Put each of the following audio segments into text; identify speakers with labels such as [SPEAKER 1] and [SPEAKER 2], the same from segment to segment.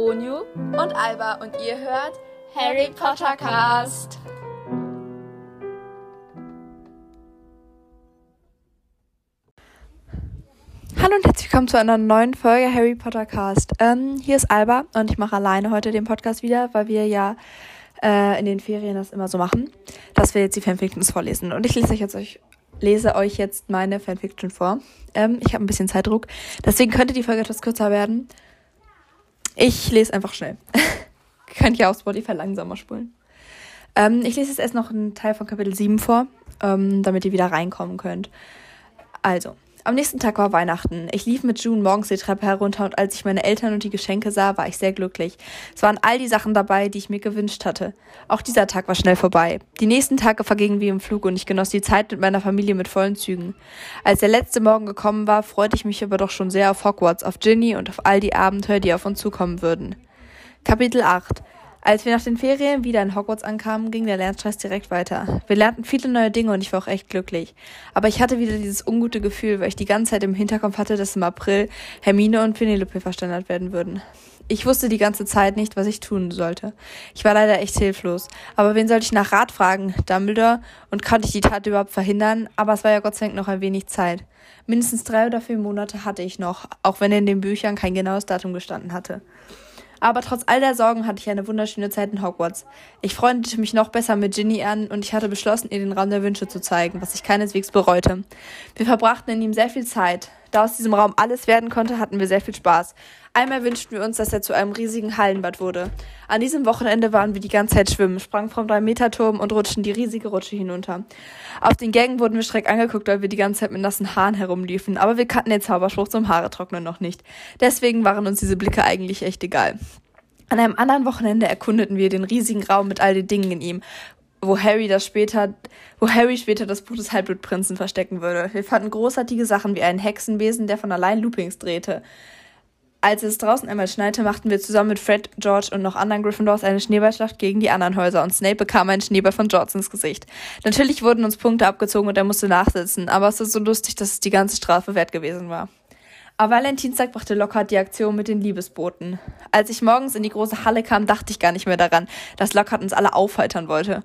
[SPEAKER 1] Onyu und Alba und ihr hört Harry Potter Cast. Hallo und herzlich willkommen zu einer neuen Folge Harry Potter Cast. Hier ist Alba und ich mache alleine heute den Podcast wieder, weil wir ja in den Ferien das immer so machen, dass wir jetzt die Fanfictions vorlesen. Und ich lese euch jetzt meine Fanfiction vor. Ich habe ein bisschen Zeitdruck, deswegen könnte die Folge etwas kürzer werden. Ich lese einfach schnell. Könnt ihr auf Spotify langsamer spulen. Ich lese jetzt erst noch einen Teil von Kapitel 7 vor, damit ihr wieder reinkommen könnt. Also, am nächsten Tag war Weihnachten. Ich lief mit June morgens die Treppe herunter und als ich meine Eltern und die Geschenke sah, war ich sehr glücklich. Es waren all die Sachen dabei, die ich mir gewünscht hatte. Auch dieser Tag war schnell vorbei. Die nächsten Tage vergingen wie im Flug und ich genoss die Zeit mit meiner Familie mit vollen Zügen. Als der letzte Morgen gekommen war, freute ich mich aber doch schon sehr auf Hogwarts, auf Ginny und auf all die Abenteuer, die auf uns zukommen würden. Kapitel 8. Als wir nach den Ferien wieder in Hogwarts ankamen, ging der Lernstress direkt weiter. Wir lernten viele neue Dinge und ich war auch echt glücklich. Aber ich hatte wieder dieses ungute Gefühl, weil ich die ganze Zeit im Hinterkopf hatte, dass im April Hermine und Penelope versteinert werden würden. Ich wusste die ganze Zeit nicht, was ich tun sollte. Ich war leider echt hilflos. Aber wen sollte ich nach Rat fragen? Dumbledore? Und konnte ich die Tat überhaupt verhindern? Aber es war ja Gott sei Dank noch ein wenig Zeit. Mindestens 3 oder 4 Monate hatte ich noch, auch wenn in den Büchern kein genaues Datum gestanden hatte. Aber trotz all der Sorgen hatte ich eine wunderschöne Zeit in Hogwarts. Ich freundete mich noch besser mit Ginny an und ich hatte beschlossen, ihr den Raum der Wünsche zu zeigen, was ich keineswegs bereute. Wir verbrachten in ihm sehr viel Zeit. Da aus diesem Raum alles werden konnte, hatten wir sehr viel Spaß. Einmal wünschten wir uns, dass er zu einem riesigen Hallenbad wurde. An diesem Wochenende waren wir die ganze Zeit schwimmen, sprangen vom 3-Meter-Turm und rutschten die riesige Rutsche hinunter. Auf den Gängen wurden wir schräg angeguckt, weil wir die ganze Zeit mit nassen Haaren herumliefen, aber wir kannten den Zauberspruch zum Haare trocknen noch nicht. Deswegen waren uns diese Blicke eigentlich echt egal. An einem anderen Wochenende erkundeten wir den riesigen Raum mit all den Dingen in ihm, wo Harry später das Buch des Halbblutprinzen verstecken würde. Wir fanden großartige Sachen wie einen Hexenbesen, der von allein Loopings drehte. Als es draußen einmal schneite, machten wir zusammen mit Fred, George und noch anderen Gryffindors eine Schneeballschlacht gegen die anderen Häuser und Snape bekam einen Schneeball von George ins Gesicht. Natürlich wurden uns Punkte abgezogen und er musste nachsitzen, aber es ist so lustig, dass es die ganze Strafe wert gewesen war. Am Valentinstag brachte Lockhart die Aktion mit den Liebesboten. Als ich morgens in die große Halle kam, dachte ich gar nicht mehr daran, dass Lockhart uns alle aufheitern wollte.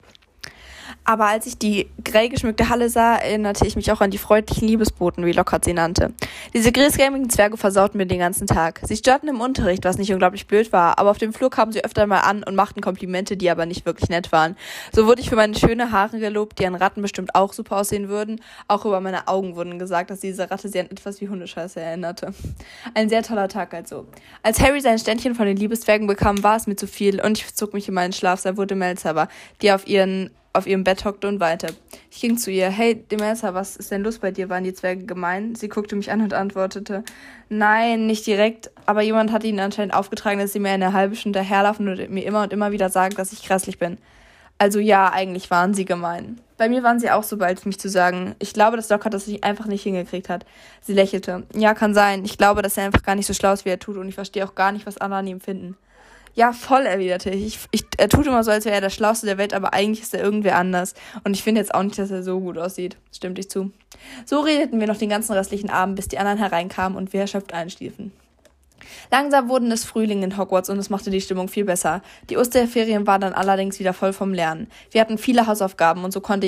[SPEAKER 1] Aber als ich die grell geschmückte Halle sah, erinnerte ich mich auch an die freundlichen Liebesboten, wie Lockhart sie nannte. Diese griesgrämigen Zwerge versauten mir den ganzen Tag. Sie störten im Unterricht, was nicht unglaublich blöd war, aber auf dem Flur kamen sie öfter mal an und machten Komplimente, die aber nicht wirklich nett waren. So wurde ich für meine schönen Haare gelobt, die an Ratten bestimmt auch super aussehen würden. Auch über meine Augen wurden gesagt, dass diese Ratte sie an etwas wie Hundescheiße erinnerte. Ein sehr toller Tag also. Als Harry sein Ständchen von den Liebeszwergen bekam, war es mir zu viel und ich zog mich in meinen Schlaf, da wurde Melzaba, die auf ihrem Bett hockte und weinte. Ich ging zu ihr. Hey, Demelsa, was ist denn los bei dir? Waren die Zwerge gemein? Sie guckte mich an und antwortete, nein, nicht direkt, aber jemand hat ihnen anscheinend aufgetragen, dass sie mir eine halbe Stunde herlaufen und mir immer und immer wieder sagen, dass ich grässlich bin. Also ja, eigentlich waren sie gemein. Bei mir waren sie auch so bald, mich zu sagen. Ich glaube, dass Lockhart das einfach nicht hingekriegt hat. Sie lächelte. Ja, kann sein. Ich glaube, dass er einfach gar nicht so schlau ist, wie er tut und ich verstehe auch gar nicht, was andere an ihm finden. Ja, voll, erwiderte ich. Er tut immer so, als wäre er der Schlauste der Welt, aber eigentlich ist er irgendwer anders. Und ich finde jetzt auch nicht, dass er so gut aussieht. Stimmte ich zu. So redeten wir noch den ganzen restlichen Abend, bis die anderen hereinkamen und wir erschöpft einschliefen. Langsam wurden es Frühling in Hogwarts und es machte die Stimmung viel besser. Die Osterferien waren dann allerdings wieder voll vom Lernen. Wir hatten viele Hausaufgaben und so konnte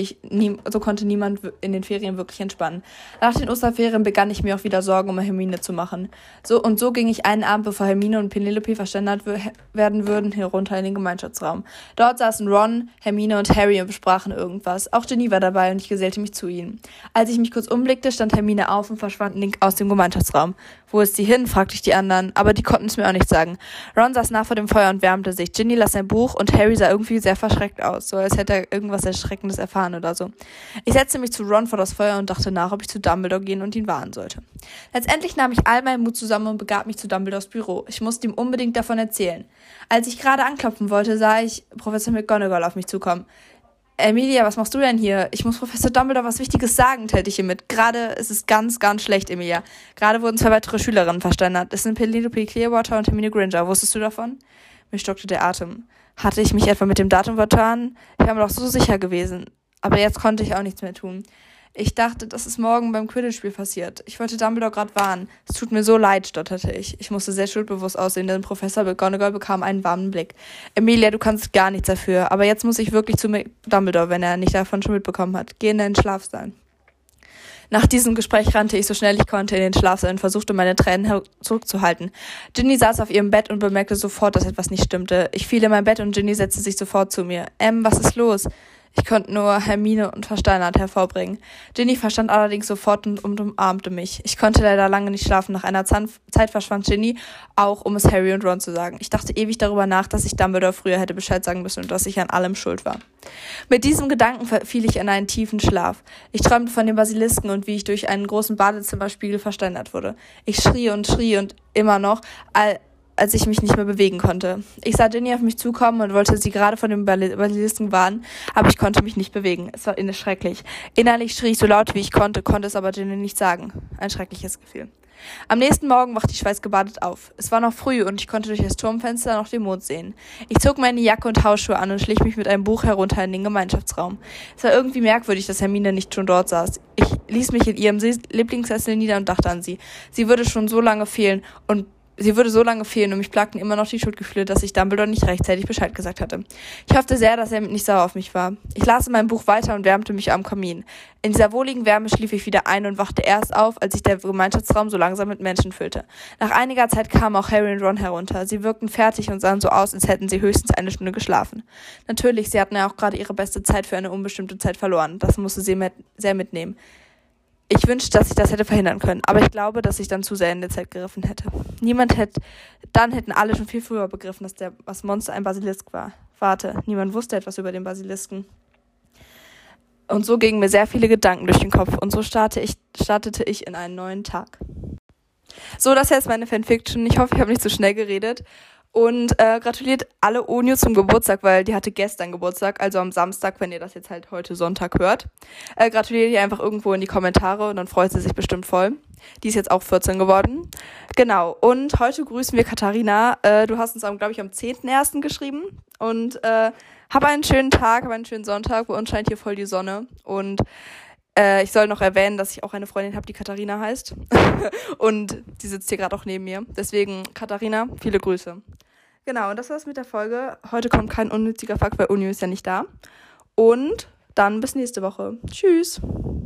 [SPEAKER 1] niemand in den Ferien wirklich entspannen. Nach den Osterferien begann ich mir auch wieder Sorgen um Hermine zu machen. So ging ich einen Abend, bevor Hermine und Penelope versteinert werden würden, herunter in den Gemeinschaftsraum. Dort saßen Ron, Hermine und Harry und besprachen irgendwas. Auch Ginny war dabei und ich gesellte mich zu ihnen. Als ich mich kurz umblickte, stand Hermine auf und verschwand aus dem Gemeinschaftsraum. Wo ist sie hin? Fragte ich die anderen, aber die konnten es mir auch nicht sagen. Ron saß nah vor dem Feuer und wärmte sich. Ginny las sein Buch und Harry sah irgendwie sehr verschreckt aus, so als hätte er irgendwas Erschreckendes erfahren oder so. Ich setzte mich zu Ron vor das Feuer und dachte nach, ob ich zu Dumbledore gehen und ihn warnen sollte. Letztendlich nahm ich all meinen Mut zusammen und begab mich zu Dumbledores Büro. Ich musste ihm unbedingt davon erzählen. Als ich gerade anklopfen wollte, sah ich Professor McGonagall auf mich zukommen. Emilia, was machst du denn hier? Ich muss Professor Dumbledore was Wichtiges sagen, teilte ich ihm mit. Gerade ist es ganz, ganz schlecht, Emilia. Gerade wurden 2 weitere Schülerinnen versteinert. Es sind Penelope Clearwater und Hermine Granger. Wusstest du davon? Mir stockte der Atem. Hatte ich mich etwa mit dem Datum vertan? Ich war mir doch so sicher gewesen. Aber jetzt konnte ich auch nichts mehr tun. Ich dachte, das ist morgen beim Quidditch-Spiel passiert. Ich wollte Dumbledore gerade warnen. Es tut mir so leid, stotterte ich. Ich musste sehr schuldbewusst aussehen, denn Professor McGonagall bekam einen warmen Blick. Emilia, du kannst gar nichts dafür, aber jetzt muss ich wirklich zu Dumbledore, wenn er nicht davon schon mitbekommen hat. Geh in deinen Schlafsaal. Nach diesem Gespräch rannte ich so schnell ich konnte in den Schlafsaal und versuchte, meine Tränen zurückzuhalten. Ginny saß auf ihrem Bett und bemerkte sofort, dass etwas nicht stimmte. Ich fiel in mein Bett und Ginny setzte sich sofort zu mir. Was ist los? Ich konnte nur Hermine und Versteinert hervorbringen. Ginny verstand allerdings sofort und umarmte mich. Ich konnte leider lange nicht schlafen. Nach einer Zeit verschwand Ginny, auch um es Harry und Ron zu sagen. Ich dachte ewig darüber nach, dass ich Dumbledore früher hätte Bescheid sagen müssen und dass ich an allem schuld war. Mit diesem Gedanken fiel ich in einen tiefen Schlaf. Ich träumte von den Basilisken und wie ich durch einen großen Badezimmerspiegel versteinert wurde. Ich schrie und immer noch, als ich mich nicht mehr bewegen konnte. Ich sah Ginny auf mich zukommen und wollte sie gerade von dem Basilisken warnen, aber ich konnte mich nicht bewegen. Es war schrecklich. Innerlich schrie ich so laut, wie ich konnte es aber Ginny nicht sagen. Ein schreckliches Gefühl. Am nächsten Morgen wachte ich schweißgebadet auf. Es war noch früh und ich konnte durch das Turmfenster noch den Mond sehen. Ich zog meine Jacke und Hausschuhe an und schlich mich mit einem Buch herunter in den Gemeinschaftsraum. Es war irgendwie merkwürdig, dass Hermine nicht schon dort saß. Ich ließ mich in ihrem Lieblingssessel nieder und dachte an sie. Sie würde so lange fehlen und mich plagten immer noch die Schuldgefühle, dass ich Dumbledore nicht rechtzeitig Bescheid gesagt hatte. Ich hoffte sehr, dass er nicht sauer auf mich war. Ich las in meinem Buch weiter und wärmte mich am Kamin. In dieser wohligen Wärme schlief ich wieder ein und wachte erst auf, als sich der Gemeinschaftsraum so langsam mit Menschen füllte. Nach einiger Zeit kamen auch Harry und Ron herunter. Sie wirkten fertig und sahen so aus, als hätten sie höchstens eine Stunde geschlafen. Natürlich, sie hatten ja auch gerade ihre beste Zeit für eine unbestimmte Zeit verloren. Das musste sie sehr mitnehmen. Ich wünschte, dass ich das hätte verhindern können, aber ich glaube, dass ich dann zu sehr in der Zeit gegriffen hätte. Dann hätten alle schon viel früher begriffen, dass das Monster ein Basilisk war. Warte, niemand wusste etwas über den Basilisken. Und so gingen mir sehr viele Gedanken durch den Kopf und so startete ich in einen neuen Tag. So, das hier ist meine Fanfiction. Ich hoffe, ich habe nicht zu schnell geredet. Und gratuliert alle Onyu zum Geburtstag, weil die hatte gestern Geburtstag, also am Samstag, wenn ihr das jetzt halt heute Sonntag hört. Gratuliert ihr einfach irgendwo in die Kommentare und dann freut sie sich bestimmt voll. Die ist jetzt auch 14 geworden. Genau, und heute grüßen wir Katharina. Du hast uns, glaube ich, am 10.01. geschrieben. Und hab einen schönen Tag, hab einen schönen Sonntag. Bei uns scheint hier voll die Sonne. Und ich soll noch erwähnen, dass ich auch eine Freundin habe, die Katharina heißt. Und die sitzt hier gerade auch neben mir. Deswegen, Katharina, viele Grüße. Genau, und das war's mit der Folge. Heute kommt kein unnütziger Fakt, weil Uni ist ja nicht da. Und dann bis nächste Woche. Tschüss.